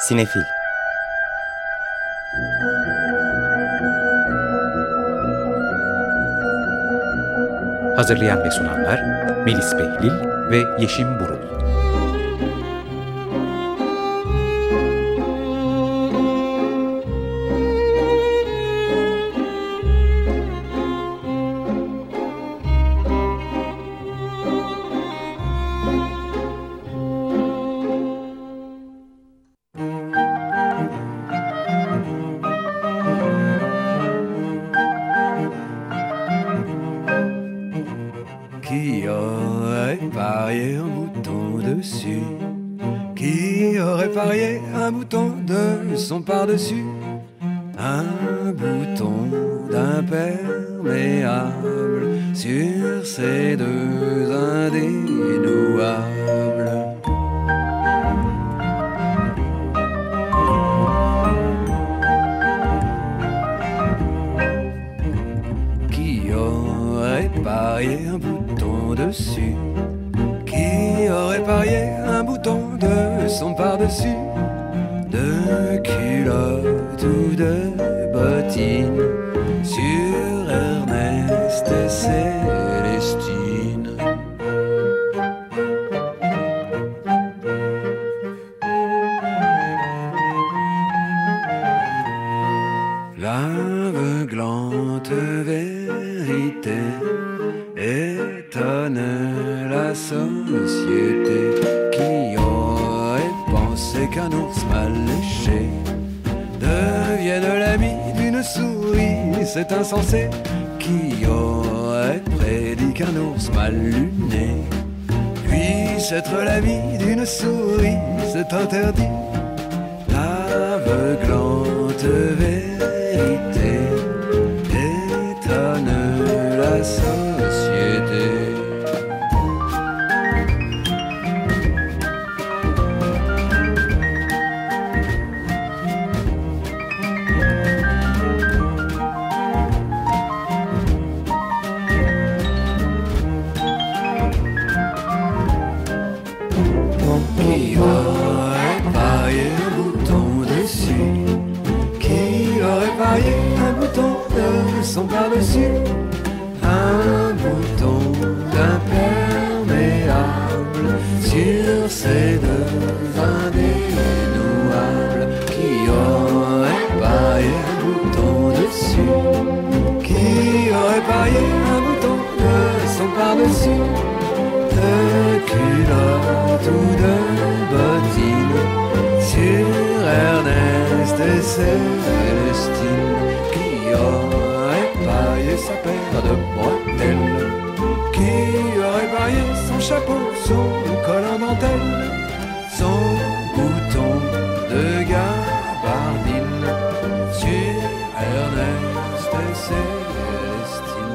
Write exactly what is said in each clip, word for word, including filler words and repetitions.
Sinefil. Hazırlayan ve sunanlar Melis Behlil ve Yeşim Burul. Son par-dessus un bouton d'imperméable sur ces deux indénouables. Qui aurait parié un bouton dessus? Qui aurait parié un bouton de son par-dessus? De culottes ou de bottines sur Ernest et Célestine. L'aveuglante vérité étonne la société. Qui aurait pensé qu'un ours mal léché devienne l'ami d'une souris? C'est insensé. Qui aurait prédit qu'un ours mal luné puisse être l'ami d'une souris? C'est interdit. L'aveuglante vérité étonne la société. Son par-dessus un bouton d'imperméable sur ces deux indénouables. Qui aurait parié un bouton dessus? Qui aurait parié un bouton de son par-dessus? De culotte ou de bottines sur Ernest et Célestine. Qui aurait parié sa paire de bretelles? Qui aurait parié son chapeau, son col en dentelle, son bouton de gabardine sur Ernest et Célestine?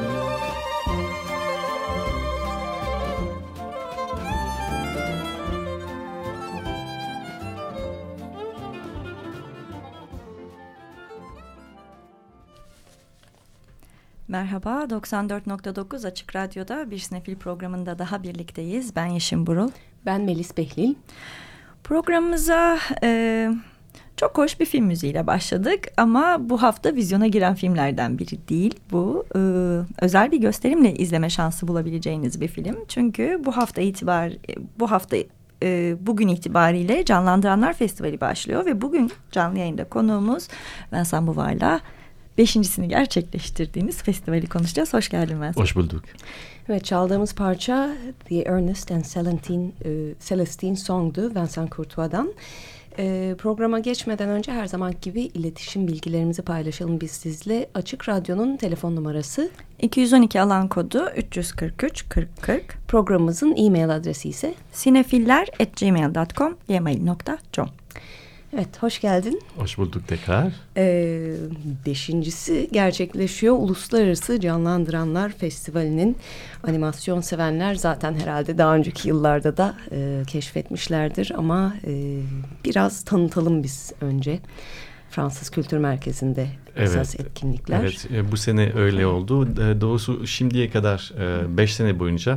Merhaba, doksan dört nokta dokuz Açık Radyo'da bir Sinefil programında daha birlikteyiz. Ben Yeşim Burul. Ben Melis Behlil. Programımıza e, çok hoş bir film müziğiyle başladık ama bu hafta vizyona giren filmlerden biri değil. Bu e, özel bir gösterimle izleme şansı bulabileceğiniz bir film. Çünkü bu hafta itibar bu hafta e, bugün itibariyle Canlandıranlar Festivali başlıyor ve bugün canlı yayında konuğumuz Vincent Bouvard'la beşincisini gerçekleştirdiğiniz festivali konuşacağız. Hoş geldin Vincent. Hoş bulduk. Evet, çaldığımız parça The Ernest and Celestine, e, Celestine Song'du Vincent Courtois'dan. E, programa geçmeden önce her zaman gibi iletişim bilgilerimizi paylaşalım biz sizle. Açık Radyo'nun telefon numarası iki yüz on iki alan kodu üç yüz kırk üç kırk kırk. Programımızın e-mail adresi ise sinefiller at gmail dot com gmail nokta com. Evet, hoş geldin. Hoş bulduk tekrar. Ee, beşincisi gerçekleşiyor. Uluslararası Canlandıranlar Festivali'nin animasyon sevenler zaten herhalde daha önceki yıllarda da e, keşfetmişlerdir. Ama e, biraz tanıtalım biz önce. Fransız Kültür Merkezi'nde evet, esas etkinlikler. Evet, e, bu sene öyle oldu. E, doğrusu şimdiye kadar e, beş sene boyunca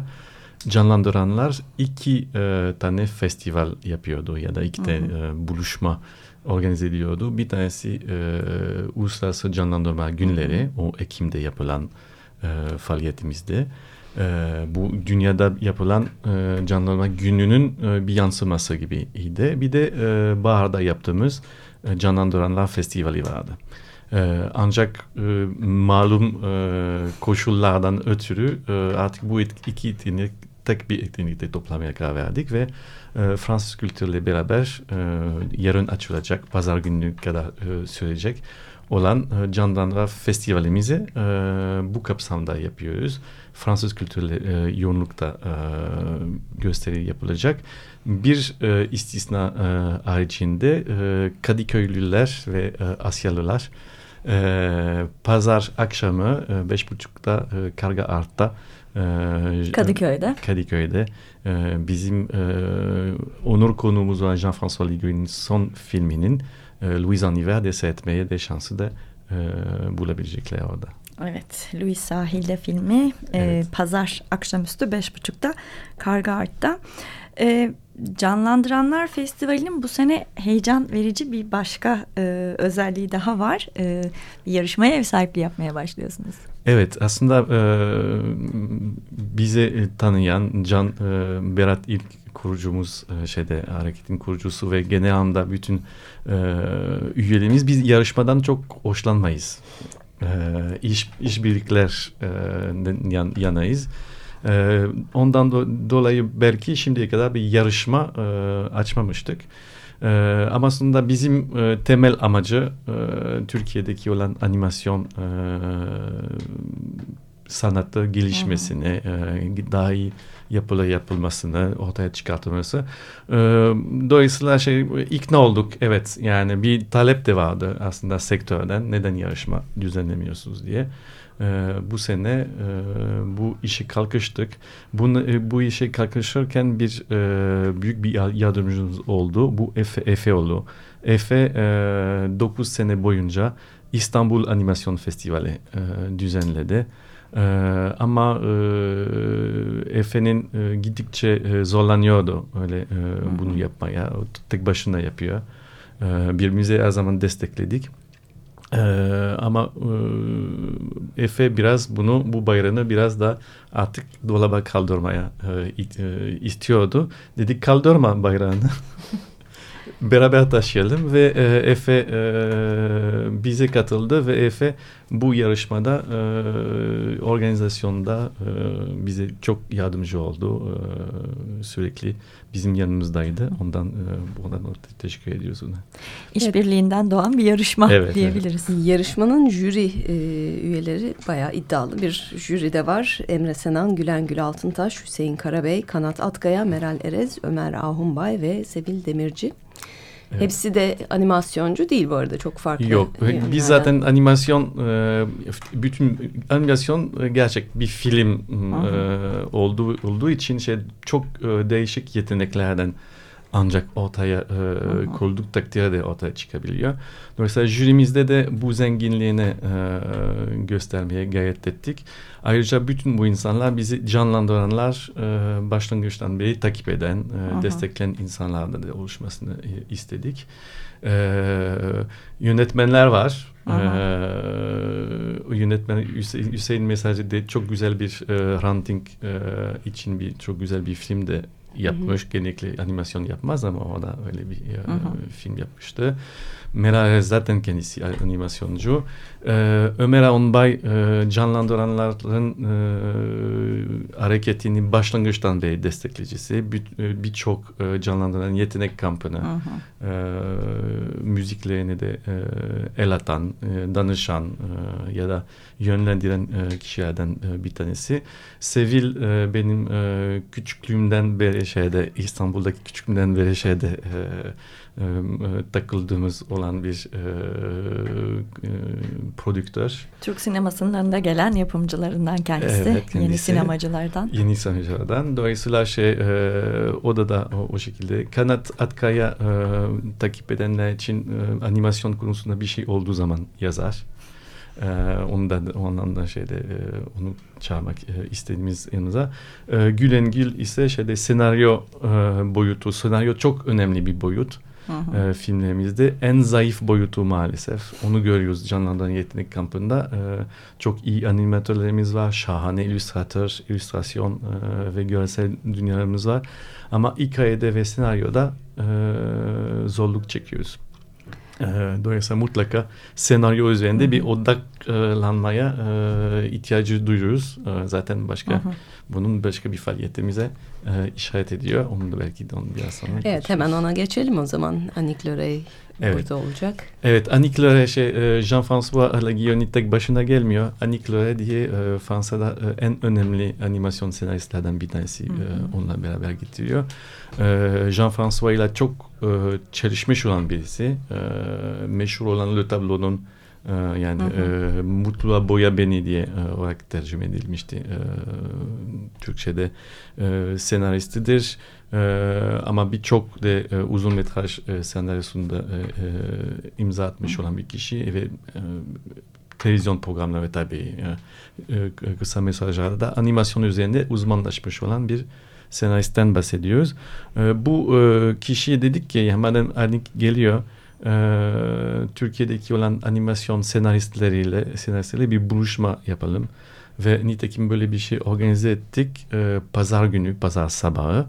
Canlandıranlar iki e, tane festival yapıyordu ya da iki tane e, buluşma organize ediyordu. Bir tanesi e, Uluslararası Canlandırma Günleri, o Ekim'de yapılan e, faaliyetimizde. E, bu dünyada yapılan e, canlandırma gününün e, bir yansıması gibiydi. Bir de e, baharda yaptığımız e, Canlandıranlar Festivali vardı. E, ancak e, malum e, koşullardan ötürü e, artık bu iki etkinlik tek bir etkinlikte toplamaya karar verdik ve e, Fransız kültürle beraber e, yarın açılacak, pazar günü kadar e, sürecek olan e, Canlandırma Festivalimizi e, bu kapsamda yapıyoruz. Fransız kültürle e, yoğunlukta e, gösteri yapılacak. Bir e, istisna e, haricinde e, Kadıköylüler ve e, Asyalılar e, pazar akşamı e, beş buçukta e, Karga Art'ta Kadıköy'de. Kadıköy'de bizim e, onur konuğumuz olan Jean-François Ligui'nin son filminin e, Louise en Hiver de seyretmeye de şansı da e, bulabilecekler orada. Evet, Louise Sahil'de filmi evet. e, pazar akşamüstü beş buçukta Karga Art'ta. E, Canlandıranlar Festivali'nin bu sene heyecan verici bir başka e, özelliği daha var. E, bir yarışmaya ev sahipliği yapmaya başlıyorsunuz. Evet, aslında e, bizi tanıyan Can e, Berat ilk kurucumuz, e, şeyde hareketin kurucusu ve genel anlamda bütün e, üyelerimiz biz yarışmadan çok hoşlanmayız. E, iş işbirlikler e, yan, yanayız. Ee, ondan do- dolayı belki şimdiye kadar bir yarışma e, açmamıştık. E, ama aslında bizim e, temel amacı e, Türkiye'deki olan animasyon e, sanatı gelişmesini, e, daha iyi yapılı yapılmasını, ortaya çıkartılması. E, dolayısıyla şey ikna olduk. Evet, yani bir talep de vardı aslında sektörden. Neden yarışma düzenlemiyorsunuz diye. Ee, bu sene e, bu işe kalkıştık. Bunu, e, bu işe kalkışırken bir e, büyük bir yardımcımız oldu. Bu Efe, Efe oldu. Efe e, dokuz sene boyunca İstanbul Animasyon Festivali e, düzenledi. E, ama e, Efe'nin e, gittikçe e, zorlanıyordu öyle e, bunu yapmaya. O tek başına yapıyor. E, birbirimize her zaman destekledik. Ee, ama e, Efe biraz bunu, bu bayrağını biraz da artık dolaba kaldırmaya e, it, e, istiyordu. Dedik kaldırma bayrağını. Beraber taşıyalım ve e, Efe e, bize katıldı ve Efe bu yarışmada e, organizasyonda e, bize çok yardımcı oldu. E, sürekli bizim yanımızdaydı. Ondan e, buradan teşekkür ediyoruz ona. İşbirliğinden doğan bir yarışma evet, diyebiliriz. Evet. Yarışmanın jüri e, üyeleri bayağı iddialı bir jüri de var. Emre Senan, Gülen Gül Altıntaş, Hüseyin Karabey, Kanat Atkaya, Meral Erez, Ömer Ahunbay ve Sevil Demirci. Evet. Hepsi de animasyoncu değil bu arada, çok farklı. Yok, yönlerden. Biz zaten animasyon, bütün animasyon gerçek bir film Aha. olduğu olduğu için şey çok değişik yeteneklerden ancak ortaya e, koyduk takdirde ortaya çıkabiliyor. Dolayısıyla jürimizde de bu zenginliğini e, göstermeye gayret ettik. Ayrıca bütün bu insanlar bizi canlandıranlar, e, başlangıçtan beri takip eden, e, destekleyen insanlarla da oluşmasını e, istedik. E, yönetmenler var. Ee, yönetmen Hüseyin, Hüseyin Mesajı de çok güzel bir e, Ranting e, için bir çok güzel bir film de yapmış. Hı hı. Genellikle animasyon yapmaz ama o da öyle bir e, film yapmıştı. Meral zaten kendisi animasyoncu. Ee, Ömer Ahunbay e, canlandıranların e, hareketini başlangıçtan beri destekleyicisi. Birçok bir e, canlandıran yetenek kampını, e, müziklerini de e, el atan, e, danışan e, ya da yönlendiren e, kişilerden e, bir tanesi. Sevil e, benim e, küçüklüğümden beri şeyde, İstanbul'daki küçüklüğümden beri şeyde e, e, takıldığımız olan bir e, e, prodüktör. Türk sinemasının önde gelen yapımcılarından kendisi. Evet, kendisi yeni sinemacılardan. Yeni sinemacılardan. Dolayısıyla şey e, o da da o, o şekilde. Kanat Atkaya e, takip edenler için e, animasyon konusunda bir şey olduğu zaman yazar. Ee, ondan ondan da şeyde e, onu çağırmak e, istediğimiz yanımıza. E, Gülen Gül ise şeyde senaryo e, boyutu. Senaryo çok önemli bir boyut. e, filmlerimizde en zayıf boyutu maalesef. Onu görüyoruz Canlandıran Yetenek Kampı'nda. E, çok iyi animatörlerimiz var, şahane illüstratör, illüstrasyon e, ve görsel dünyalarımız var. Ama hikayede ve senaryoda e, zorluk çekiyoruz. Dolayısıyla mutlaka senaryo üzerinde Hı-hı. bir odaklanmaya e, ihtiyacı duyuyoruz. E, zaten başka Hı-hı. bunun başka bir faaliyetimize e, işaret ediyor. Onu da belki de onu biraz sonra Evet konuşuruz. Hemen ona geçelim o zaman. Annick Lorey evet. burada olacak. Evet Annick Lorey şey, Jean-François Alaguioni tek başına gelmiyor. Annick Lorey diye e, Fransa'da e, en önemli animasyon senaristlerden bir tanesi e, onunla beraber getiriyor. E, Jean-François ile çok e, çalışmış olan birisi. E, meşhur olan Le Tableau'nun e, yani e, Mutluluğa Boya Beni diye e, olarak tercüme edilmişti. E, Türkçe'de e, senaristidir. Ee, ama birçok de e, uzun metraj e, senaryosunda e, e, imza atmış olan bir kişi ve e, televizyon programları ve tabii e, e, kısa mesajlarda da animasyon üzerinde uzmanlaşmış olan bir senaristten bahsediyoruz. E, bu e, kişiye dedik ki hemen Annick geliyor. E, Türkiye'deki olan animasyon senaristleriyle senaristleriyle bir buluşma yapalım ve nitekim böyle bir şey organize ettik. E, pazar günü, pazar sabahı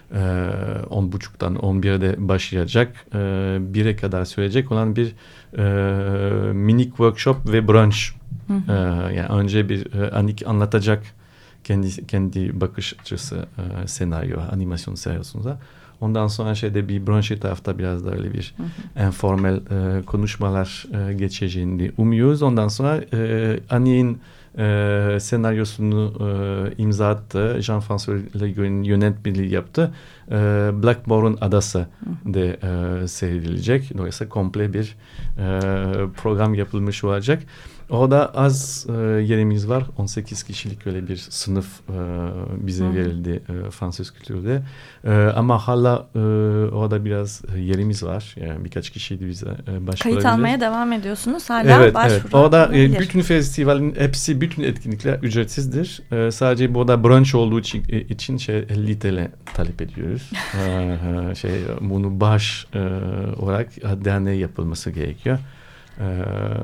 on buçuktan on birde başlayacak, bire kadar sürecek olan bir e, minik workshop ve brunch. Hı hı. E, yani önce bir e, Annick anlatacak kendi kendi bakış açısı e, senaryo, animasyon senaryosunda. Ondan sonra şeyde bir brunch etrafta biraz da öyle bir informal e, konuşmalar e, geçeceğini umuyoruz. Ondan sonra e, Annick'in e, senaryosunu e, imza attı. Jean-François Alaguioni'nin yönetmenliği yaptı. E, Blackmore'un Adası de e, seyredilecek. Dolayısıyla komple bir e, program yapılmış olacak. Orada az e, yerimiz var. on sekiz kişilik öyle bir sınıf e, bize Hı. verildi e, Fransız kültürde. E, ama hala e, orada biraz yerimiz var. Yani birkaç kişiydi bize e, başvurabilir. Kayıt almaya devam ediyorsunuz. Hala evet, başvuru. Evet. Orada e, bütün festivalin hepsi, bütün etkinlikler ücretsizdir. E, sadece burada brunch olduğu için, e, için şey elli TL talep ediyoruz. e, şey bunu bağış e, olarak derneğe yapılması gerekiyor. Ee,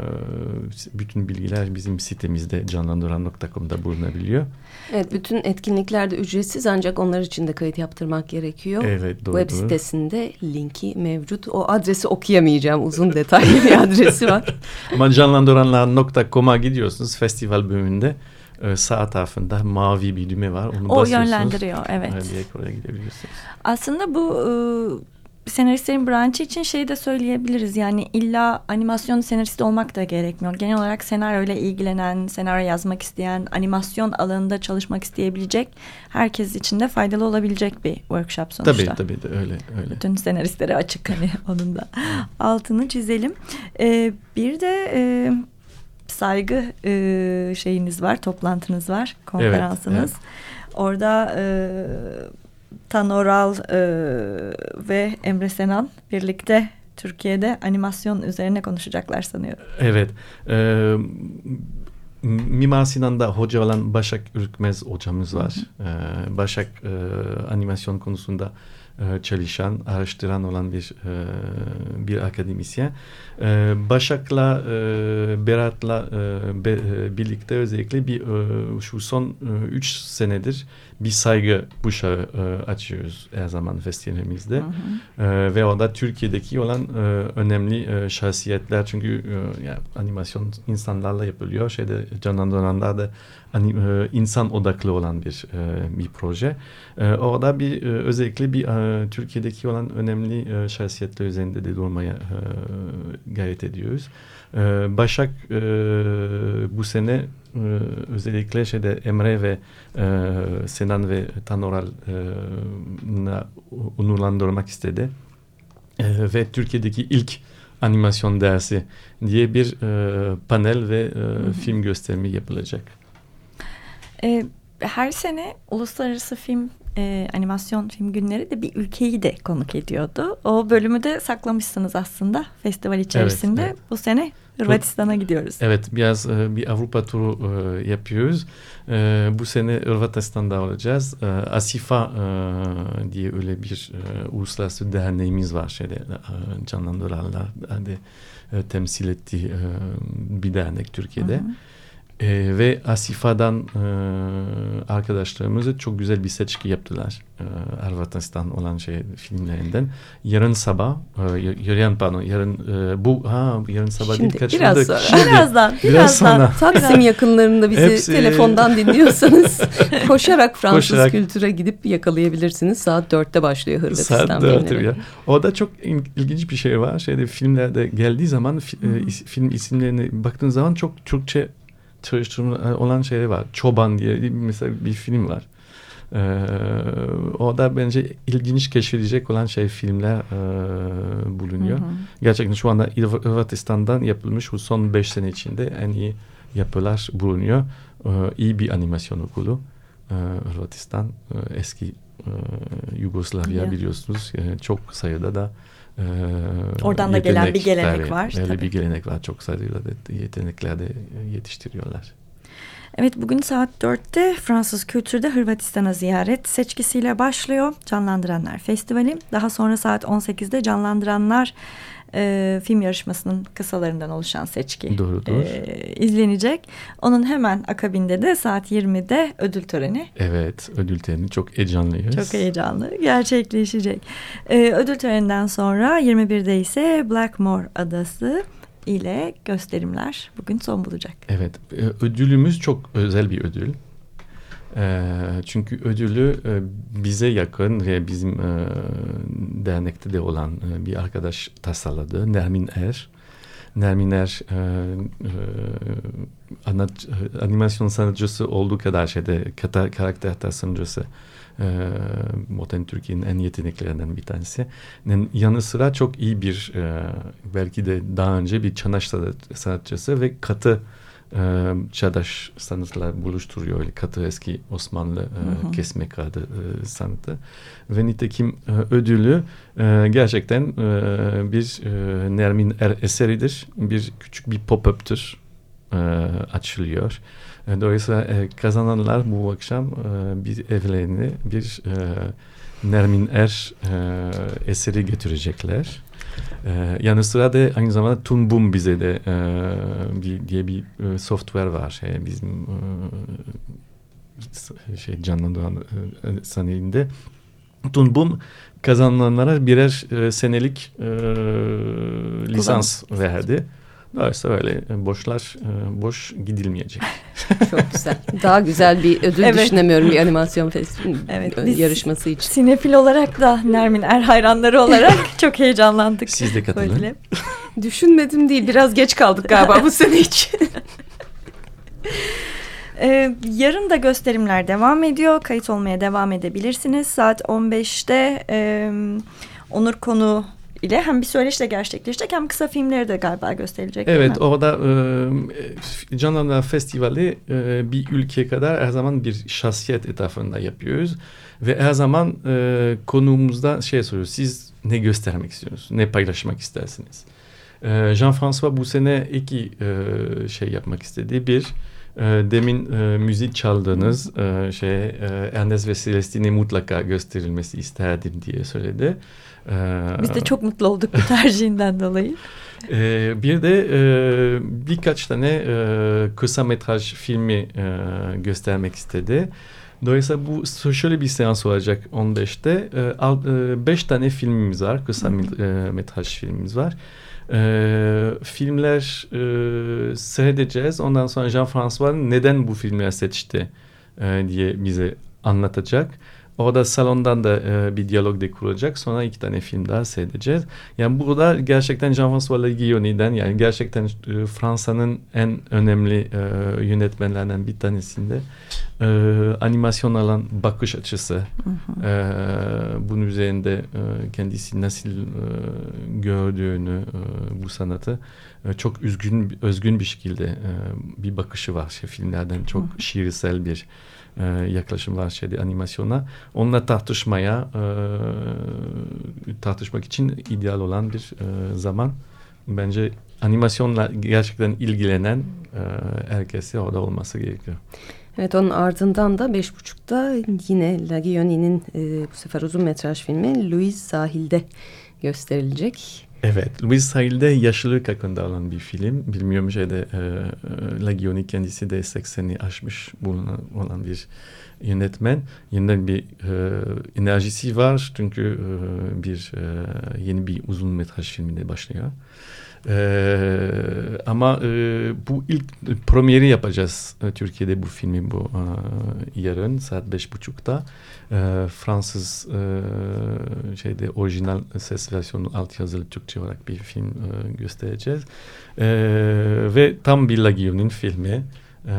bütün bilgiler bizim sitemizde canlandıran nokta com'da bulunabiliyor. Evet, bütün etkinlikler de ücretsiz ancak onlar için de kayıt yaptırmak gerekiyor. Evet, doğru. Web sitesinde linki mevcut. O adresi okuyamayacağım. Uzun detaylı bir adresi var. Ama canlandıranlar nokta com'a gidiyorsunuz. Festival bölümünde e, sağ tarafında mavi bir düğme var. Onu o yönlendiriyor, evet. Direkt oraya gidebiliyorsunuz. Aslında bu e, senaristlerin branşı için şey de söyleyebiliriz. Yani illa animasyon senaristi olmak da gerekmiyor. Genel olarak senaryoyla ilgilenen, senaryo yazmak isteyen, animasyon alanında çalışmak isteyebilecek, herkes için de faydalı olabilecek bir workshop sonuçta. Tabii tabii de öyle. öyle. Bütün senaristlere açık, hani onun da altını çizelim. Ee, bir de e, saygı e, şeyiniz var, toplantınız var, konferansınız. Evet, evet. Orada E, Tan Oral e, ve Emre Senan birlikte Türkiye'de animasyon üzerine konuşacaklar sanıyorum. Evet. E, Mimar Sinan'da hoca olan Başak Ürkmez hocamız var. Hı hı. E, Başak e, animasyon konusunda e, çalışan, araştıran olan bir e, bir akademisyen. E, Başak'la, e, Berat'la e, be, e, birlikte özellikle bir e, şu son e, üç senedir bir saygı kuşağı e, açıyoruz her zaman festivalimizde. Hı hı. E, ve orada Türkiye'deki olan e, önemli e, şahsiyetler, çünkü e, yani animasyon insanlarla yapılıyor. Şeyde canlandıranlar da hani, e, insan odaklı olan bir e, bir proje. E, orada bir e, özellikle bir e, Türkiye'deki olan önemli e, şahsiyetler üzerinde de durmaya e, gayret ediyoruz. E, Başak e, bu sene e, özellikle şeyde Emre ve e, Senan ve Tan Oral e, onurlandırmak istedi. E, ve Türkiye'deki ilk animasyon dersi diye bir e, panel ve e, film gösterimi yapılacak. E, her sene uluslararası film e, animasyon film günleri de bir ülkeyi de konuk ediyordu. O bölümü de saklamışsınız aslında festival içerisinde. Evet, evet. Bu sene Hırvatistan'a gidiyoruz. Evet, biraz e, bir Avrupa turu e, yapıyoruz. E, bu sene Hırvatistan'da olacağız. E, Asifa e, diye öyle bir e, uluslararası derneğimiz var. Şeyde, e, canlandıranlar de, e, temsil ettiği e, bir dernek Türkiye'de. Hı hı. E, ve Asifa'dan e, arkadaşlarımız çok güzel bir seçki yaptılar. E, Hırvatistan olan şey filmlerinden. Yarın sabah, e, yarın pardon, yarın e, bu ha yarın sabah Şimdi, değil kaçırdık. Biraz sonra. Şimdi, birazdan, biraz birazdan. sonra. Taksim yakınlarında bizi Hepsi... telefondan dinliyorsanız koşarak Fransız Koşarak. kültüre gidip yakalayabilirsiniz. Saat dörtte başlıyor Hırvatistan Saat dörtte filmleri. ya. Orada çok ilginç bir şey var. Şeyde filmlerde geldiği zaman fi- e, film isimlerine baktığın zaman çok Türkçe çalıştırma olan şeyler var. Çoban diye mesela bir film var. Ee, o da bence ilginç keşfedecek olan şey filmler e, bulunuyor. Hı hı. Gerçekten şu anda Hırvatistan'dan yapılmış bu son beş sene içinde en iyi yapılar bulunuyor. Ee, iyi bir animasyon okulu. Ee, Hırvatistan e, eski e, Yugoslavya ya. Biliyorsunuz. E, çok sayıda da e, oradan da gelen bir gelenek var. Öyle tabii. bir gelenek var. Çok sayıda da yetenekler de yetiştiriyorlar. Evet, bugün saat dörtte Fransız Kültür'de Hırvatistan'a ziyaret seçkisiyle başlıyor Canlandıranlar Festivali. Daha sonra saat on sekizde Canlandıranlar e, film yarışmasının kısalarından oluşan seçki e, izlenecek. Onun hemen akabinde de saat yirmide ödül töreni. Evet, ödül töreni çok heyecanlıyız. Çok heyecanlı gerçekleşecek. E, ödül töreninden sonra yirmi birde ise Blackmore Adası ile gösterimler bugün son bulacak. Evet, ödülümüz çok özel bir ödül. E, çünkü ödülü e, bize yakın ve bizim e, dernekte de olan e, bir arkadaş tasarladı. Nermin Er. Nermin Er e, e, anlat, animasyon sanatçısı olduğu kadar şeyde kata, karakter tasarımcısı. E, Modern Türkiye'nin en yeteneklerinden bir tanesi. Yanı sıra çok iyi bir e, belki de daha önce bir çağdaş sanatçısı ve katı e, çağdaş sanatlar buluşturuyor. Öyle katı eski Osmanlı e, kesme kağıdı e, sanatı. Ve nitekim e, ödülü e, gerçekten e, bir e, Nermin Er eseridir. Bir küçük bir pop-up'tır. E, açılıyor. Dolayısıyla e, kazananlar bu akşam e, bir evlerini bir e, Nermin Er e, eseri götürecekler. E, yanı sıra da aynı zamanda Toon Boom bize de e, bir, diye bir e, software var. Şey, bizim e, şey canlandıran e, sanayinde. Toon Boom kazananlara birer e, senelik e, lisans verdi. Dolayısıyla öyle boşlar boş gidilmeyecek. Çok güzel. Daha güzel bir ödül evet. düşünemiyorum bir animasyon festivali evet, yarışması için. Sinefil olarak da Nermin Er hayranları olarak çok heyecanlandık. Siz de katılın. Böyle. Düşünmedim değil. Biraz geç kaldık galiba bu sene için. Ee, yarın da gösterimler devam ediyor. Kayıt olmaya devam edebilirsiniz. Saat on beşte e, Onur Konu ile hem bir söyleşiyle gerçekleşecek hem kısa filmleri de galiba gösterilecek. Evet, orada e, Canlandıranlar Festivali e, bir ülke kadar her zaman bir şahsiyet etrafında yapıyoruz. Ve her zaman e, konuğumuzda şey soruyoruz. Siz ne göstermek istiyorsunuz? Ne paylaşmak istersiniz? E, Jean-François bu sene iki e, şey yapmak istedi. Bir, e, demin e, müzik çaldığınız e, şey e, Ernest ve Celestine mutlaka gösterilmesi isterdim diye söyledi. Biz de çok mutlu olduk bu tercihinden dolayı. Ee, bir de e, birkaç tane e, kısa metraj filmi e, göstermek istedi. Dolayısıyla bu şöyle bir seans olacak on beşte. beş tane filmimiz var. Kısa e, metraj filmimiz var. E, filmler e, seyredeceğiz. Ondan sonra Jean-François neden bu filmleri seçti e, diye bize anlatacak. Orada salondan da e, bir diyalog de kurulacak. Sonra iki tane film daha seyredeceğiz. Yani burada gerçekten Jean-François Leguioni'den yani gerçekten e, Fransa'nın en önemli e, yönetmenlerden bir tanesinde e, animasyon alan bakış açısı. Hı hı. E, bunun üzerinde e, kendisi nasıl e, gördüğünü e, bu sanatı e, çok üzgün özgün bir şekilde e, bir bakışı var. Şey, filmlerden çok hı hı. şiirsel bir e, yaklaşım var şeyde animasyona. Onunla tartışmaya e, tartışmak için ideal olan bir e, zaman. Bence animasyonla gerçekten ilgilenen e, herkese orada olması gerekiyor. Evet, onun ardından da beş buçukta yine Lagioni'nin e, bu sefer uzun metraj filmi Louise Sahil'de gösterilecek. Evet, Louise Sahil'de yaşlılık hakkında olan bir film. Bilmiyorum şeyde e, Lagioni kendisi de sekseni aşmış bulunan olan bir yönetmen. Yeniden bir e, enerjisi var çünkü e, bir e, yeni bir uzun metraj filminde başlıyor. Ee, ama e, bu ilk premieri yapacağız e, Türkiye'de bu filmi bu e, yarın saat beş buçukta e, Fransız e, şeyde orijinal ses versiyonu altyazılı Türkçe olarak bir film e, göstereceğiz e, ve tam bir Lagioni'nin filmi e,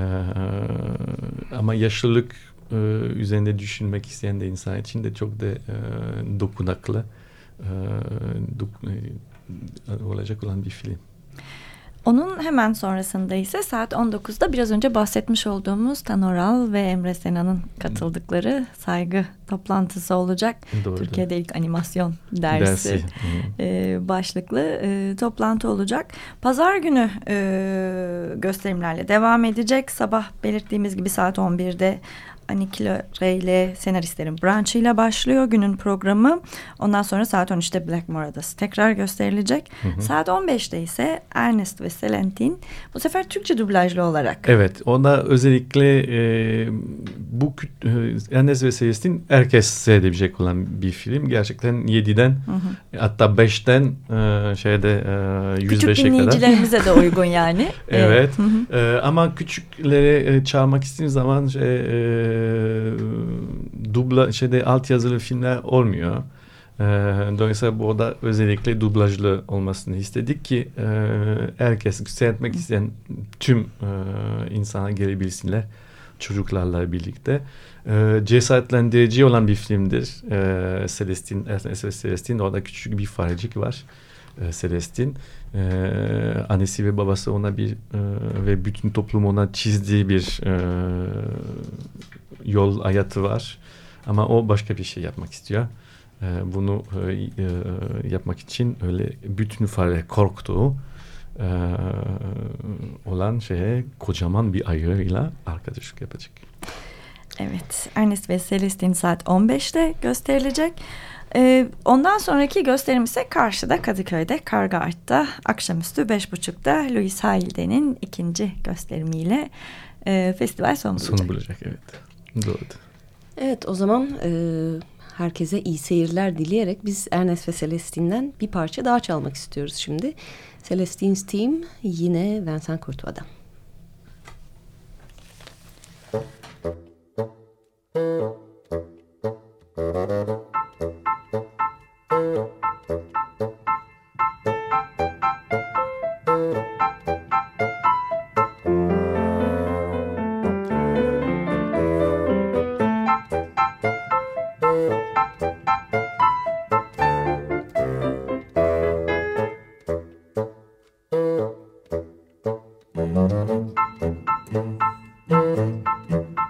ama yaşlılık e, üzerinde düşünmek isteyen de insan için de çok da e, dokunaklı e, dok, e, olacak olan bir film. Onun hemen sonrasında ise saat on dokuzda biraz önce bahsetmiş olduğumuz Tanoral ve Emre Sena'nın katıldıkları saygı toplantısı olacak. Doğru. Türkiye'de ilk animasyon dersi, dersi. E, başlıklı e, toplantı olacak. Pazar günü e, gösterimlerle devam edecek. Sabah belirttiğimiz gibi saat on birde Anikile ile senaristlerin branşıyla başlıyor günün programı. Ondan sonra saat on üçte Blackmore Adası tekrar gösterilecek. Hı hı. Saat on beşte ise Ernest ve Celentin bu sefer Türkçe dublajlı olarak. Evet, ona özellikle e, bu e, Ernest ve Celestin herkes seyredebilecek olan bir film. Gerçekten yediden hı hı. hatta beşten e, şeyde e, yüz beşe kadar. Küçük dinleyicilerimize de uygun yani. Evet. Hı hı. E, ama küçüklere e, çağırmak istediğiniz zaman şey, e, dubla şeyde altyazılı filmler olmuyor. E, dolayısıyla burada özellikle dublajlı olmasını istedik ki e, herkes seyretmek isteyen tüm e, insana gelebilsinler çocuklarla birlikte. E, cesaretlendirici olan bir filmdir. E, Celestin, Celestin orada küçük bir farecik var. E, Celestin. E, annesi ve babası ona bir e, ve bütün toplum ona çizdiği bir e, yol hayatı var. Ama o başka bir şey yapmak istiyor. E, bunu e, e, yapmak için öyle bütün fare korktuğu e, olan şeye kocaman bir ayıyla arkadaşlık yapacak. Evet, Ernest ve Celestin saat on beşte gösterilecek. Ee, ondan sonraki gösterim ise karşıda Kadıköy'de Karga Art'ta akşamüstü beş buçukta Louise Sahil'de'nin ikinci gösterimiyle e, festival son bulacak. Son bulacak, evet. Doğru. Evet, o zaman e, herkese iyi seyirler dileyerek biz Ernest ve Celestin'den bir parça daha çalmak istiyoruz şimdi. Celestine's Team yine Vincent Courtois'dan. Thank you.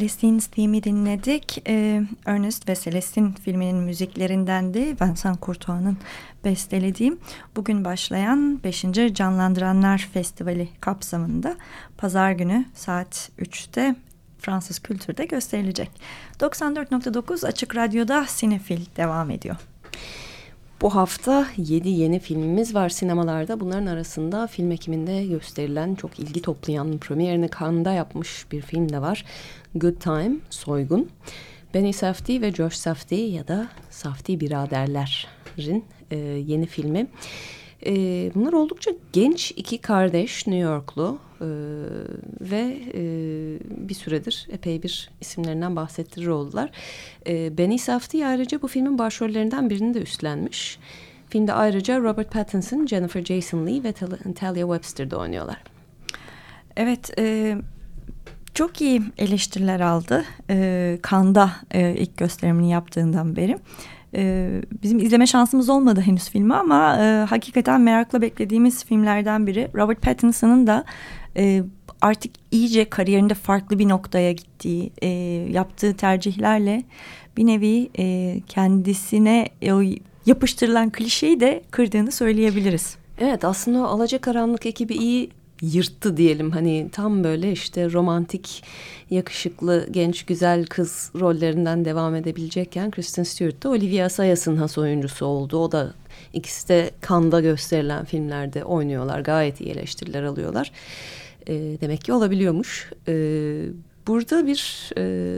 Celestine's Theme'i dinledik. Ee, Ernest ve Celestine filminin müziklerindendi. Vincent Courtois'un bestelediği. Bugün başlayan beşinci Canlandıranlar Festivali kapsamında pazar günü saat üçte Fransız Kültür'de gösterilecek. doksan dört nokta dokuz Açık Radyo'da Sinefil devam ediyor. Bu hafta yedi yeni filmimiz var sinemalarda. Bunların arasında film ekiminde gösterilen, çok ilgi toplayan, premierini Cannes'da yapmış bir film de var. Good Time, Soygun. Benny Safdie ve Josh Safdie ya da Safdie biraderlerin e, yeni filmi. E, bunlar oldukça genç iki kardeş, New Yorklu e, ve e, bir süredir epey bir isimlerinden bahsettirir oldular. E, Benny Safdie ayrıca bu filmin başrollerinden birini de üstlenmiş. Filmde ayrıca Robert Pattinson, Jennifer Jason Leigh ve Talia Webster de oynuyorlar. Evet, e, çok iyi eleştiriler aldı. E, Cannes'da e, ilk gösterimini yaptığından beri. Ee, bizim izleme şansımız olmadı henüz filmi ama e, hakikaten merakla beklediğimiz filmlerden biri. Robert Pattinson'ın da e, artık iyice kariyerinde farklı bir noktaya gittiği, e, yaptığı tercihlerle bir nevi e, kendisine e, yapıştırılan klişeyi de kırdığını söyleyebiliriz. Evet, aslında o Alacakaranlık ekibi iyi yırttı diyelim. Hani tam böyle işte romantik, yakışıklı, genç, güzel kız rollerinden devam edebilecekken Kristen Stewart da Olivia Assayas'ın has oyuncusu oldu. O da ikisi de Cannes'da gösterilen filmlerde oynuyorlar. Gayet iyi eleştiriler alıyorlar. E, demek ki olabiliyormuş. E, burada bir e,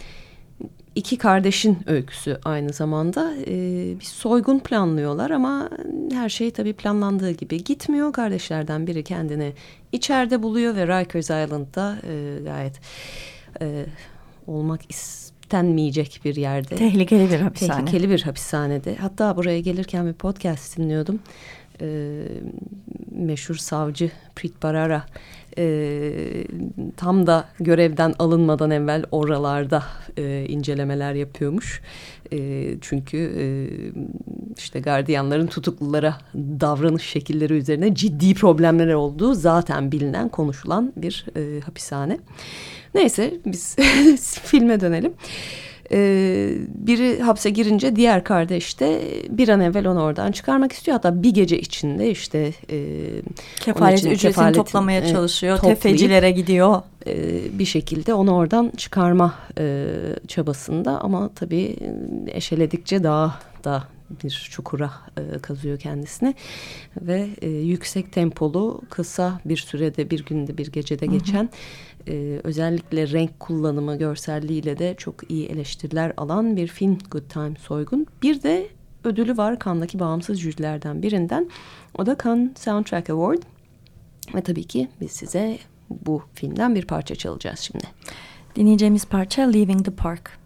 iki kardeşin öyküsü aynı zamanda. E, bir soygun planlıyorlar ama her şey tabii planlandığı gibi gitmiyor. Kardeşlerden biri kendini içeride buluyor ve Rikers Island'da e, gayet e, olmak istenmeyecek bir yerde. Tehlikeli bir hapishane. Tehlikeli bir hapishanede. Hatta buraya gelirken bir podcast dinliyordum. E, meşhur savcı Preet Bharara e, tam da görevden alınmadan evvel oralarda e, incelemeler yapıyormuş. E, çünkü e, işte gardiyanların tutuklulara davranış şekilleri üzerine ciddi problemler olduğu zaten bilinen, konuşulan bir e, hapishane. Neyse biz filme dönelim. Ee, biri hapse girince diğer kardeş de bir an evvel onu oradan çıkarmak istiyor. Hatta bir gece içinde işte e, kefalet ücretini toplamaya e, çalışıyor. Toplayıp, tefecilere gidiyor. E, bir şekilde onu oradan çıkarma e, çabasında ama tabii eşeledikçe daha da bir çukura e, kazıyor kendisini ve e, yüksek tempolu, kısa bir sürede, bir günde, bir gecede geçen, hı hı. Ee, özellikle renk kullanımı, görselliğiyle de çok iyi eleştiriler alan bir film Good Time, Soygun. Bir de ödülü var Cannes'daki bağımsız jürilerden birinden. O da Cannes Soundtrack Award. Ve tabii ki biz size bu filmden bir parça çalacağız şimdi. Dinleyeceğimiz parça Leaving the Park.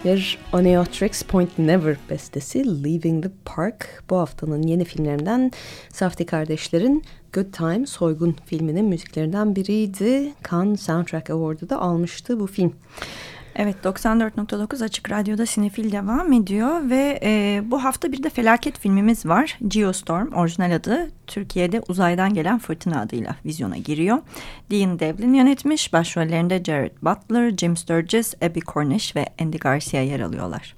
Bir Oneohtrix Point Never bestesi Leaving the Park. Bu haftanın yeni filmlerinden Safdie kardeşlerin Good Time Soygun filminin müziklerinden biriydi. Cannes Soundtrack Award'u da almıştı bu film. Evet, doksan dört nokta dokuz Açık Radyo'da Sinefil devam ediyor ve e, bu hafta bir de felaket filmimiz var. Geostorm, orijinal adı Türkiye'de Uzaydan Gelen Fırtına adıyla vizyona giriyor. Dean Devlin yönetmiş, başrollerinde Jared Butler, Jim Sturgess, Abby Cornish ve Andy Garcia yer alıyorlar.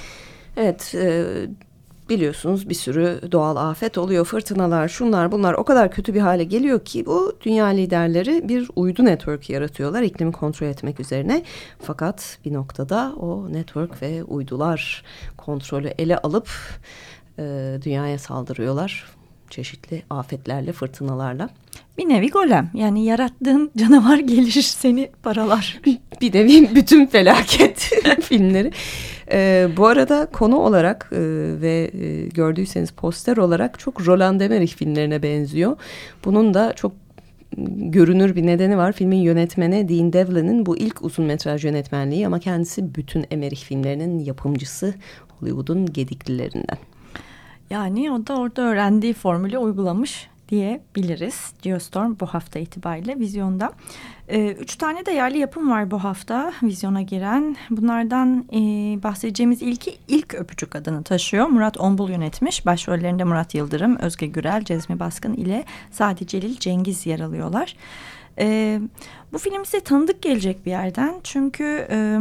Evet, e, biliyorsunuz bir sürü doğal afet oluyor, fırtınalar, şunlar bunlar o kadar kötü bir hale geliyor ki bu dünya liderleri bir uydu network yaratıyorlar iklimi kontrol etmek üzerine. Fakat bir noktada o network ve uydular kontrolü ele alıp e, dünyaya saldırıyorlar çeşitli afetlerle, fırtınalarla. Bir nevi golem, yani yarattığın canavar gelir seni paralar. Bir nevi bütün felaket filmleri. Ee, bu arada konu olarak e, ve e, gördüyseniz poster olarak çok Roland Emmerich filmlerine benziyor. Bunun da çok görünür bir nedeni var. Filmin yönetmeni Dean Devlin'in bu ilk uzun metraj yönetmenliği ama kendisi bütün Emmerich filmlerinin yapımcısı, Hollywood'un gediklilerinden. Yani o da orada öğrendiği formülü uygulamış diyebiliriz. Geostorm bu hafta itibariyle vizyonda. Ee, üç tane de yerli yapım var bu hafta vizyona giren. Bunlardan e, bahsedeceğimiz ilki İlk Öpücük adını taşıyor. Murat Ombul yönetmiş. Başrollerinde Murat Yıldırım, Özge Gürel, Cezmi Baskın ile Sadi Celil Cengiz yer alıyorlar. Ee, bu film size tanıdık gelecek bir yerden. Çünkü E,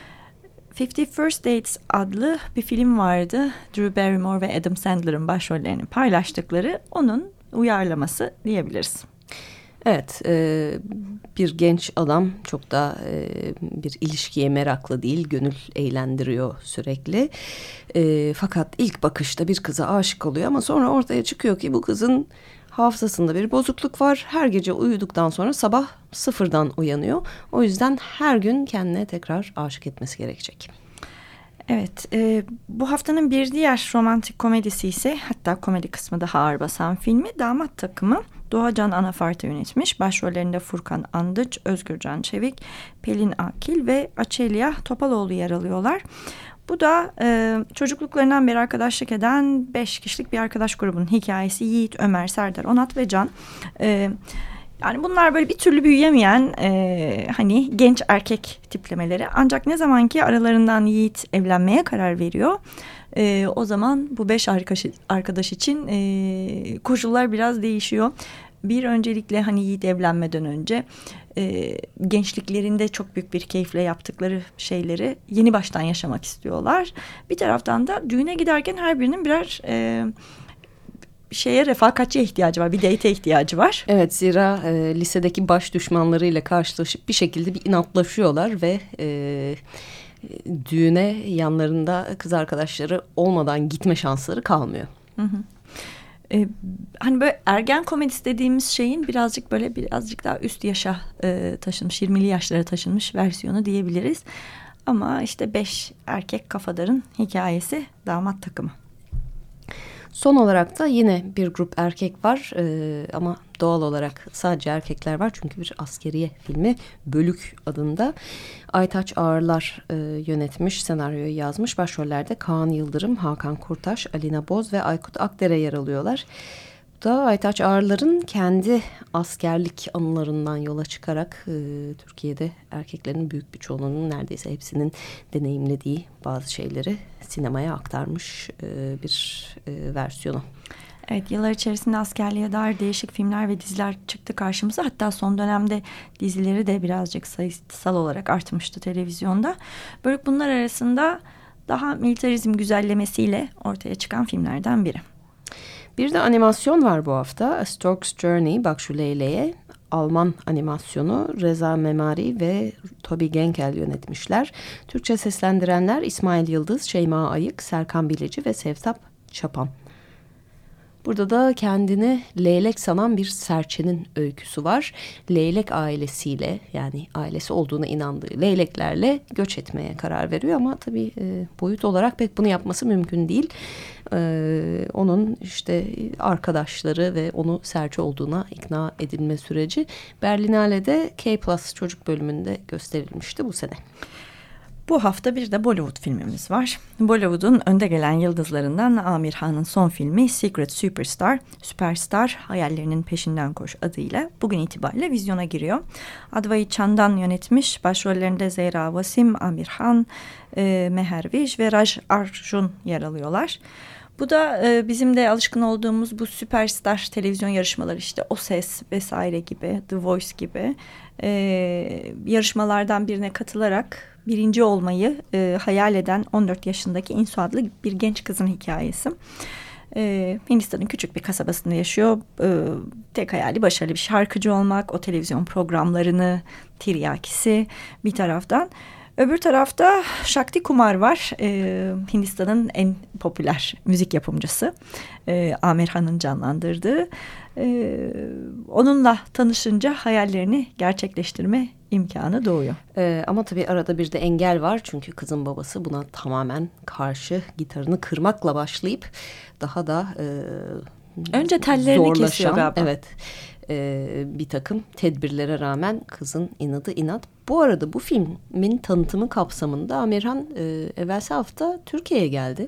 Fifty First Dates adlı bir film vardı. Drew Barrymore ve Adam Sandler'ın başrollerini paylaştıkları, onun uyarlaması diyebiliriz. Evet, e, bir genç adam çok da e, bir ilişkiye meraklı değil, gönül eğlendiriyor sürekli. E, fakat ilk bakışta bir kıza aşık oluyor ama sonra ortaya çıkıyor ki bu kızın hafızasında bir bozukluk var. Her gece uyuduktan sonra sabah sıfırdan uyanıyor. O yüzden her gün kendine tekrar aşık etmesi gerekecek. Evet, e, bu haftanın bir diğer romantik komedisi ise, hatta komedi kısmı daha ağır basan filmi Damat Takımı. Doğacan Anafarta yönetmiş. Başrollerinde Furkan Andıç, Özgürcan Çevik, Pelin Akil ve Açelya Topaloğlu yer alıyorlar. Bu da e, çocukluklarından beri arkadaşlık eden beş kişilik bir arkadaş grubunun hikayesi. Yiğit, Ömer, Serdar, Onat ve Can. E, yani bunlar böyle bir türlü büyüyemeyen e, hani genç erkek tiplemeleri. Ancak ne zaman ki aralarından Yiğit evlenmeye karar veriyor, e, o zaman bu beş arkadaş, arkadaş için e, koşullar biraz değişiyor. Bir, öncelikle hani Yiğit evlenmeden önce e, gençliklerinde çok büyük bir keyifle yaptıkları şeyleri yeni baştan yaşamak istiyorlar. Bir taraftan da düğüne giderken her birinin birer e, şeye refakatçiye ihtiyacı var. Bir date'e ihtiyacı var. Evet, zira e, lisedeki baş düşmanlarıyla karşılaşıp bir şekilde bir inatlaşıyorlar ve e, düğüne yanlarında kız arkadaşları olmadan gitme şansları kalmıyor. Hı hı. Ee, hani böyle ergen komedisi dediğimiz şeyin birazcık böyle birazcık daha üst yaşa e, taşınmış, yirmili yaşlara taşınmış versiyonu diyebiliriz. Ama işte beş erkek kafadarın hikayesi Damat Takımı. Son olarak da yine bir grup erkek var ee, ama doğal olarak sadece erkekler var. Çünkü bir askeriye filmi, Bölük adında. Aytaç Ağırlar e, yönetmiş, senaryoyu yazmış. Başrollerde Kaan Yıldırım, Hakan Kurtaş, Alina Boz ve Aykut Akdere yer alıyorlar. Bu da Aytaç Ağırlar'ın kendi askerlik anılarından yola çıkarak e, Türkiye'de erkeklerin büyük bir çoğunluğunun, neredeyse hepsinin deneyimlediği bazı şeyleri sinemaya aktarmış e, bir e, versiyonu. Evet, yıllar içerisinde askerliğe dair değişik filmler ve diziler çıktı karşımıza. Hatta son dönemde dizileri de birazcık sayısal olarak artmıştı televizyonda. Böyle bunlar arasında daha militarizm güzellemesiyle ortaya çıkan filmlerden biri. Bir de animasyon var bu hafta. A Stork's Journey, Bak Şu Leyleğe. Alman animasyonu, Reza Memari ve Toby Genkel yönetmişler. Türkçe seslendirenler İsmail Yıldız, Şeyma Ayık, Serkan Bilici ve Sevtap Çapan. Burada da kendini leylek sanan bir serçenin öyküsü var. Leylek ailesiyle, yani ailesi olduğuna inandığı leyleklerle göç etmeye karar veriyor. Ama tabii e, boyut olarak pek bunu yapması mümkün değil. E, onun işte arkadaşları ve onu serçe olduğuna ikna edilme süreci Berlinale'de K Plus çocuk bölümünde gösterilmişti bu sene. Bu hafta bir de Bollywood filmimiz var. Bollywood'un önde gelen yıldızlarından Amir Khan'ın son filmi Secret Superstar, Süperstar Hayallerinin Peşinden Koş adıyla bugün itibariyle vizyona giriyor. Advait Chandan yönetmiş, başrollerinde Zehra Vasim, Amir Khan, e, Meher Vish ve Raj Arjun yer alıyorlar. Bu da e, bizim de alışkın olduğumuz bu süperstar televizyon yarışmaları, işte O Ses vesaire gibi, The Voice gibi e, yarışmalardan birine katılarak birinci olmayı e, hayal eden on dört yaşındaki Insu adlı bir genç kızın hikayesi. E, Hindistan'ın küçük bir kasabasında yaşıyor. E, tek hayali başarılı bir şarkıcı olmak, o televizyon programlarını, tiryakisi bir taraftan. Öbür tarafta Shakti Kumar var, ee, Hindistan'ın en popüler müzik yapımcısı, ee, Amir Khan'ın canlandırdığı. Ee, onunla tanışınca hayallerini gerçekleştirme imkanı doğuyor. Ee, ama tabii arada bir de engel var, çünkü kızın babası buna tamamen karşı, gitarını kırmakla başlayıp daha da e, önce tellerini zorlaşan, kesiyor galiba. Evet. Bir takım tedbirlere rağmen kızın inadı inat. Bu arada bu filmin tanıtımı kapsamında Amir Khan e, evvelsi hafta Türkiye'ye geldi.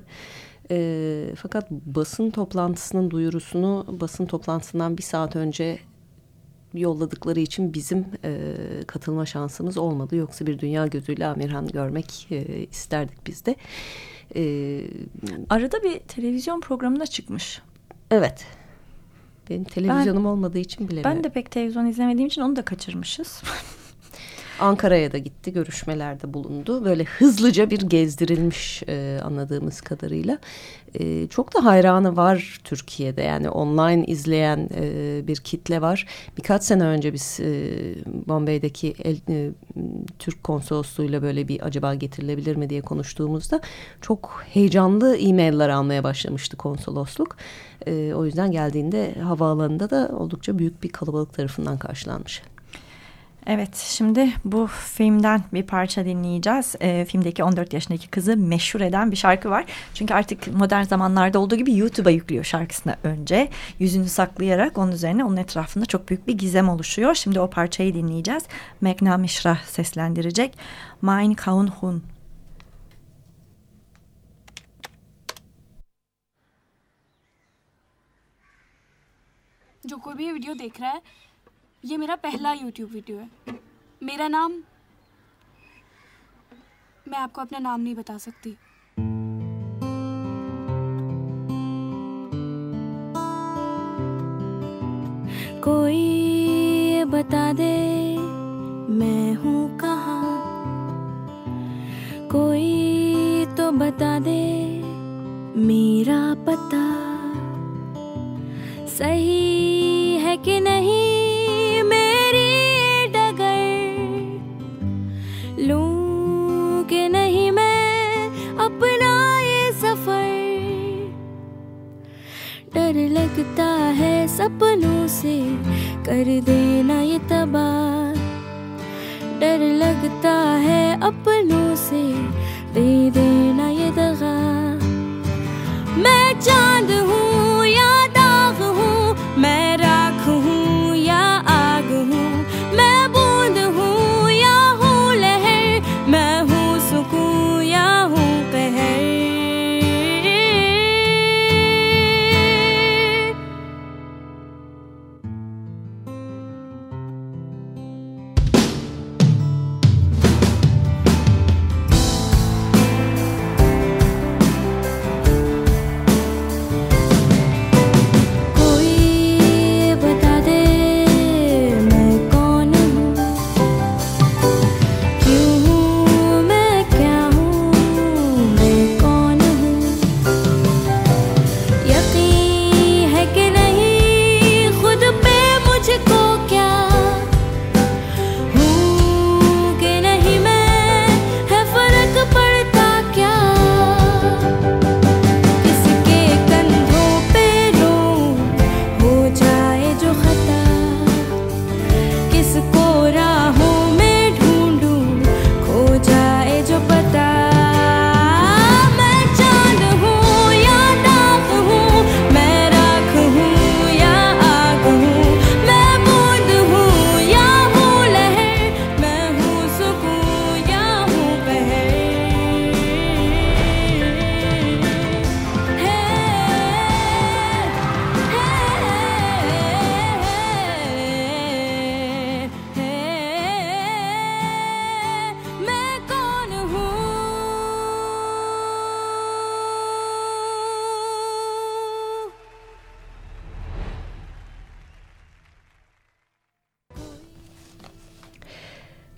E, fakat basın toplantısının duyurusunu basın toplantısından bir saat önce yolladıkları için bizim e, katılma şansımız olmadı. Yoksa bir dünya gözüyle Amir Khan görmek e, isterdik biz de. E, Arada bir televizyon programına çıkmış. Evet. Benim televizyonum ben, olmadığı için bilemiyorum. Ben de pek televizyon izlemediğim için onu da kaçırmışız. Ankara'ya da gitti, görüşmelerde bulundu. Böyle hızlıca bir gezdirilmiş e, anladığımız kadarıyla. E, çok da hayranı var Türkiye'de. Yani online izleyen e, bir kitle var. Birkaç sene önce biz e, Bombay'daki el, e, Türk konsolosluğuyla böyle bir acaba getirilebilir mi diye konuştuğumuzda çok heyecanlı e-mailler almaya başlamıştı konsolosluk. E, o yüzden geldiğinde havaalanında da oldukça büyük bir kalabalık tarafından karşılanmış. Evet, şimdi bu filmden bir parça dinleyeceğiz. E, filmdeki on dört yaşındaki kızı meşhur eden bir şarkı var. Çünkü artık modern zamanlarda olduğu gibi YouTube'a yüklüyor şarkısını önce. Yüzünü saklayarak onun üzerine, onun etrafında çok büyük bir gizem oluşuyor. Şimdi o parçayı dinleyeceğiz. Meghna Mishra seslendirecek. Main Kaun Hun. जो कोई भी वीडियो देख रहा है, ये मेरा पहला यूट्यूब वीडियो है। मेरा नाम, मैं आपको अपना नाम नहीं बता सकती। कोई ये बता दे मैं हूँ कहाँ, कोई तो बता दे मेरा पता सही है कि नहीं, मेरी डगर लूं कि नहीं मैं अपना ये सफर। डर लगता है सपनों से कर देना ये तबाह, डर लगता है अपनों से दे देना ये दगा। मैं चांद हूँ या दाग हूँ, मैं राख हूँ या आग हूँ, मैं बूंद हूँ या हूँ लहर, मैं हूँ सुकून या हूँ कहर।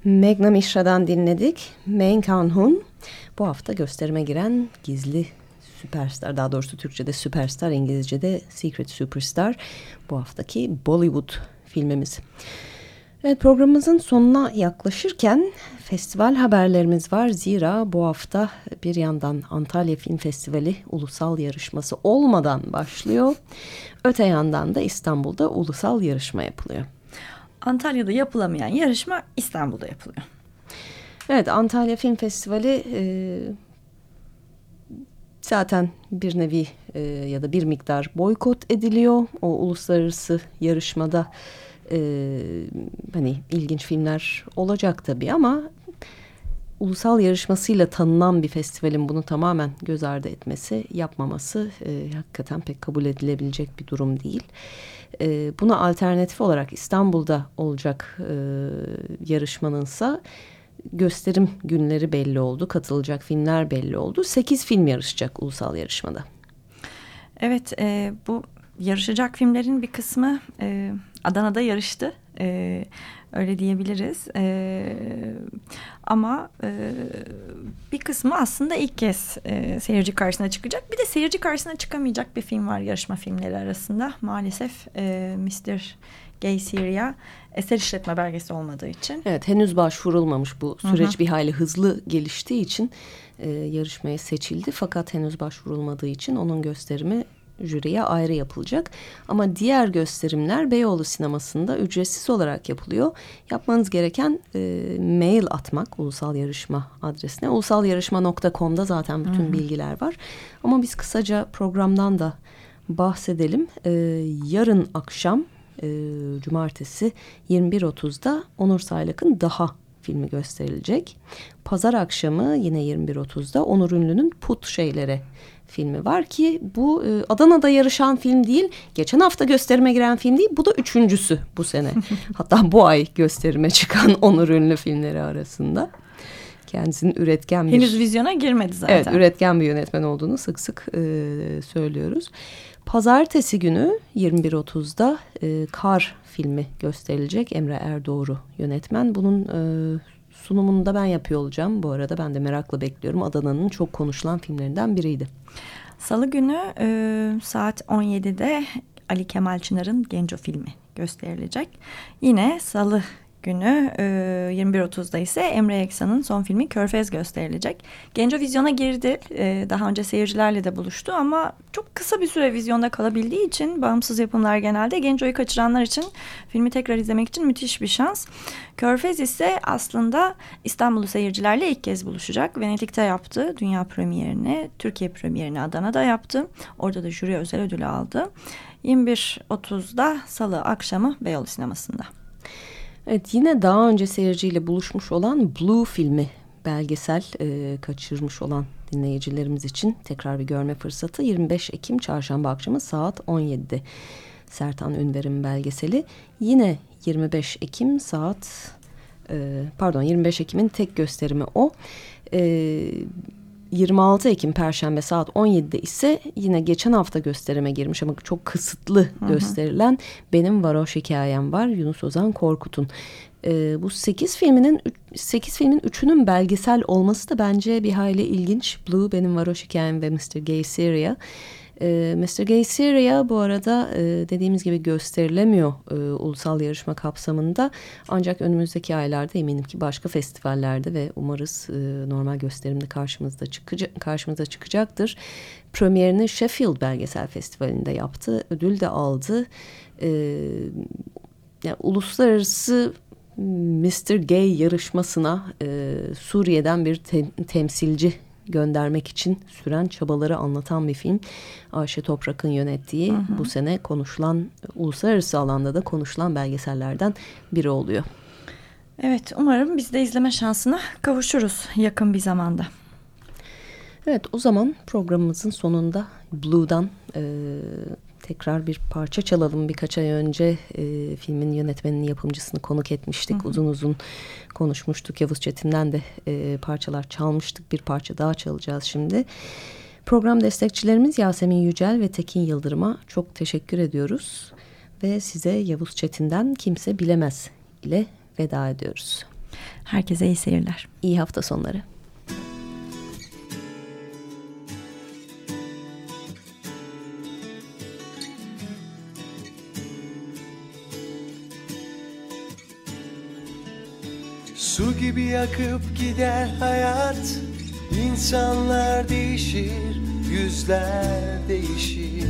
Meghna Mishra'dan dinledik. Mein Kanhun. Bu hafta gösterime giren gizli süperstar, daha doğrusu Türkçe'de süperstar, İngilizce'de Secret Superstar. Bu haftaki Bollywood filmimiz. Evet, programımızın sonuna yaklaşırken festival haberlerimiz var. Zira bu hafta bir yandan Antalya Film Festivali ulusal yarışması olmadan başlıyor. Öte yandan da İstanbul'da ulusal yarışma yapılıyor. Antalya'da yapılamayan yarışma İstanbul'da yapılıyor. Evet, Antalya Film Festivali e, zaten bir nevi e, ya da bir miktar boykot ediliyor. O uluslararası yarışmada e, hani ilginç filmler olacak tabii ama ulusal yarışmasıyla tanınan bir festivalin bunu tamamen göz ardı etmesi, yapmaması e, hakikaten pek kabul edilebilecek bir durum değil. E, buna alternatif olarak İstanbul'da olacak e, yarışmanınsa gösterim günleri belli oldu, katılacak filmler belli oldu. Sekiz film yarışacak ulusal yarışmada. Evet, e, bu yarışacak filmlerin bir kısmı e, Adana'da yarıştı. E, öyle diyebiliriz. E, ama e, bir kısmı aslında ilk kez e, seyirci karşısına çıkacak. Bir de seyirci karşısına çıkamayacak bir film var yarışma filmleri arasında. Maalesef e, mister Gay Syria eser işletme belgesi olmadığı için. Evet, henüz başvurulmamış, bu süreç Hı hı. bir hayli hızlı geliştiği için e, yarışmaya seçildi. Fakat henüz başvurulmadığı için onun gösterimi jüriye ayrı yapılacak. Ama diğer gösterimler Beyoğlu Sineması'nda ücretsiz olarak yapılıyor. Yapmanız gereken e, mail atmak ulusal yarışma adresine. ulusal yarışma nokta com'da zaten bütün Hı-hı. bilgiler var. Ama biz kısaca programdan da bahsedelim. E, yarın akşam e, cumartesi yirmi bir otuzda Onur Saylak'ın Daha filmi gösterilecek. Pazar akşamı yine yirmi bir otuzda Onur Ünlü'nün Put Şeylere filmi var ki bu e, Adana'da yarışan film değil. Geçen hafta gösterime giren film değil. Bu da üçüncüsü bu sene. Hatta bu ay gösterime çıkan Onur Ünlü filmleri arasında. Kendisinin üretken bir... Henüz vizyona girmedi zaten. Evet, üretken bir yönetmen olduğunu sık sık e, söylüyoruz. Pazartesi günü yirmi bir otuzda e, Kar filmi gösterilecek. Emre Erdoğru yönetmen. Bunun e, sunumunu da ben yapıyor olacağım. Bu arada ben de merakla bekliyorum. Adana'nın çok konuşulan filmlerinden biriydi. Salı günü e, saat on yedide Ali Kemal Çınar'ın Genco filmi gösterilecek. Yine salı günü e, yirmi bir otuzda ise Emre Eksan'ın son filmi Körfez gösterilecek. Genco vizyona girdi. E, daha önce seyircilerle de buluştu ama çok kısa bir süre vizyonda kalabildiği için bağımsız yapımlar genelde Genco'yu kaçıranlar için filmi tekrar izlemek için müthiş bir şans. Körfez ise aslında İstanbullu seyircilerle ilk kez buluşacak. Venedik'te yaptı dünya premierini, Türkiye premierini Adana'da yaptı. Orada da jüri özel ödülü aldı. yirmi bir otuzda salı akşamı Beyoğlu Sineması'nda. Evet, yine daha önce seyirciyle buluşmuş olan Blue filmi belgesel e, kaçırmış olan dinleyicilerimiz için tekrar bir görme fırsatı. yirmi beş Ekim çarşamba akşamı saat on yedide Sertan Ünver'in belgeseli. Yine yirmi beş Ekim saat e, pardon yirmi beş Ekim'in tek gösterimi o. E, yirmi altı Ekim Perşembe saat on yedide ise yine geçen hafta gösterime girmiş ama çok kısıtlı Hı-hı. gösterilen Benim Varoş Hikayem var. Yunus Ozan Korkut'un. Ee, bu sekiz filminin sekiz filmin üçünün belgesel olması da bence bir hayli ilginç. Blue, Benim Varoş Hikayem ve mister Gay Syria. Ee, mister Gay Syria bu arada e, dediğimiz gibi gösterilemiyor e, ulusal yarışma kapsamında. Ancak önümüzdeki aylarda eminim ki başka festivallerde ve umarız e, normal gösterimde karşımızda çıkacak, karşımıza çıkacaktır. Premierini Sheffield Belgesel Festivali'nde yaptı. Ödül de aldı. E, yani uluslararası mister Gay yarışmasına e, Suriye'den bir te- temsilci göndermek için süren çabaları anlatan bir film. Ayşe Toprak'ın yönettiği hı hı. bu sene konuşulan, uluslararası alanda da konuşulan belgesellerden biri oluyor. Evet, umarım biz de izleme şansına kavuşuruz yakın bir zamanda. Evet, o zaman programımızın sonunda Blue'dan e, tekrar bir parça çalalım. Birkaç ay önce e, filmin yönetmeninin yapımcısını konuk etmiştik. Hı hı. Uzun uzun konuşmuştuk. Yavuz Çetin'den de e, parçalar çalmıştık. Bir parça daha çalacağız şimdi. Program destekçilerimiz Yasemin Yücel ve Tekin Yıldırım'a çok teşekkür ediyoruz. Ve size Yavuz Çetin'den Kimse Bilemez ile veda ediyoruz. Herkese iyi seyirler. İyi hafta sonları. Su gibi akıp gider hayat, insanlar değişir, yüzler değişir.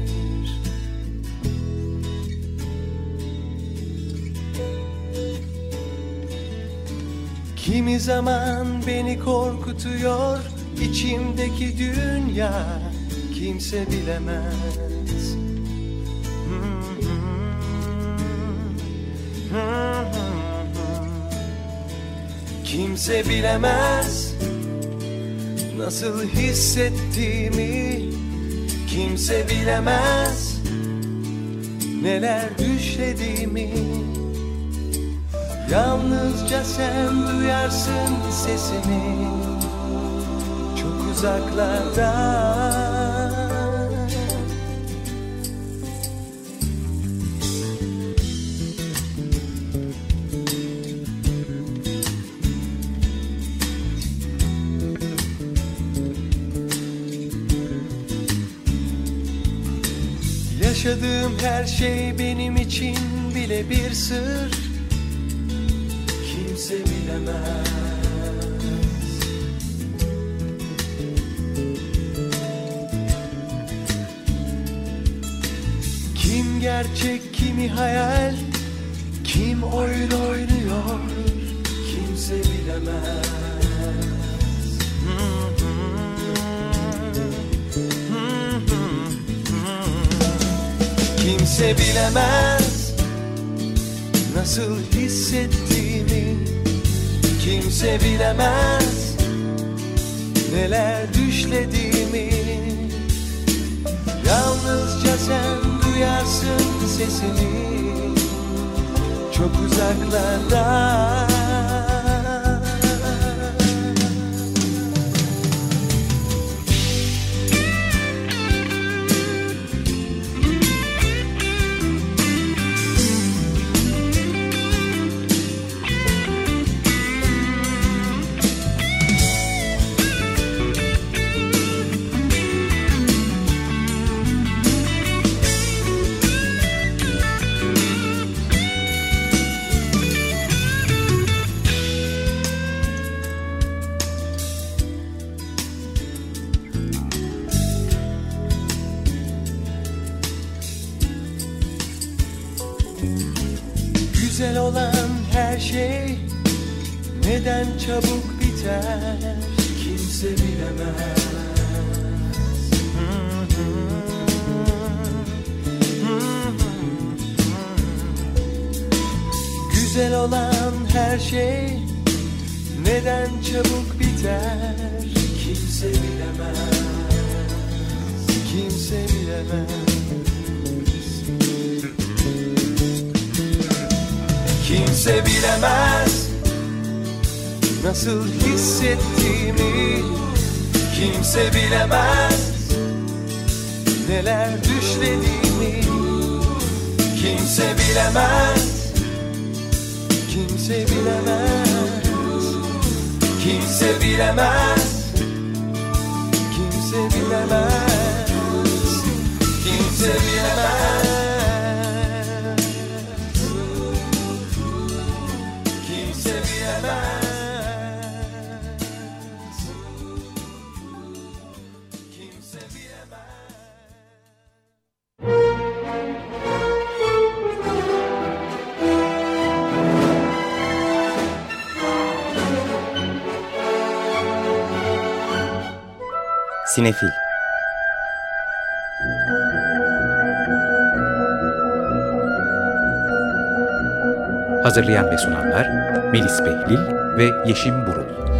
Kimi zaman beni korkutuyor, içimdeki dünya kimse bilemez. Kimse bilemez nasıl hissettiğimi, kimse bilemez neler düşlediğimi. Yalnızca sen duyarsın sesimi çok uzaklarda. Yaşadığım her şey benim için bile bir sır. Kimse bilemez. Kim gerçek, kimi hayal, kim oyun oynuyor, kimse bilemez. Kimse bilemez nasıl hissettiğimi, kimse bilemez neler düşlediğimi. Yalnızca sen duyarsın sesimi çok uzaklarda. Güzel olan her şey neden çabuk biter, kimse bilemez. Güzel olan her şey neden çabuk biter, kimse bilemez, kimse bilemez. Kimse bilemez nasıl hissettiğimi, kimse bilemez neler düşlediğimi. Kimse bilemez, kimse bilemez, kimse bilemez, kimse bilemez, kimse bilemez. Sinefil. Hazırlayan ve sunanlar Melis Behlil ve Yeşim Burul.